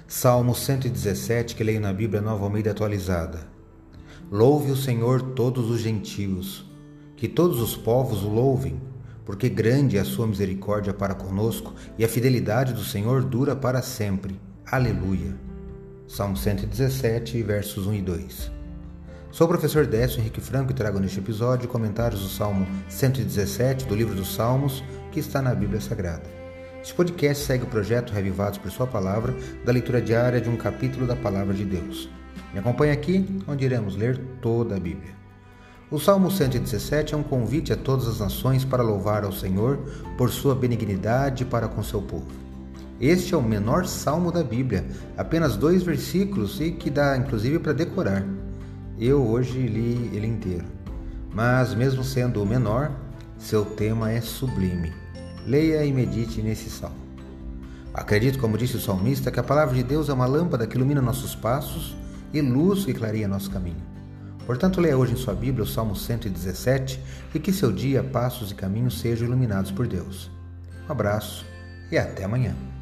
Salmo 117, que leio na Bíblia Nova Almeida Atualizada. Louve o Senhor todos os gentios, que todos os povos o louvem, porque grande é a sua misericórdia para conosco e a fidelidade do Senhor dura para sempre. Aleluia. Salmo 117, versos 1 e 2. Sou o professor Décio Henrique Franco e trago neste episódio comentários do Salmo 117 do livro dos Salmos, que está na Bíblia Sagrada. Este podcast segue o projeto Revivados por Sua Palavra, da leitura diária de um capítulo da Palavra de Deus. Me acompanhe aqui, onde iremos ler toda a Bíblia. O Salmo 117 é um convite a todas as nações para louvar ao Senhor por sua benignidade para com seu povo. Este é o menor salmo da Bíblia, apenas 2 versículos e que dá inclusive para decorar. Eu hoje li ele inteiro, mas mesmo sendo o menor, seu tema é sublime. Leia e medite nesse salmo. Acredito, como disse o salmista, que a palavra de Deus é uma lâmpada que ilumina nossos passos e luz que clareia nosso caminho. Portanto, leia hoje em sua Bíblia o Salmo 117 e que seu dia, passos e caminhos sejam iluminados por Deus. Um abraço e até amanhã.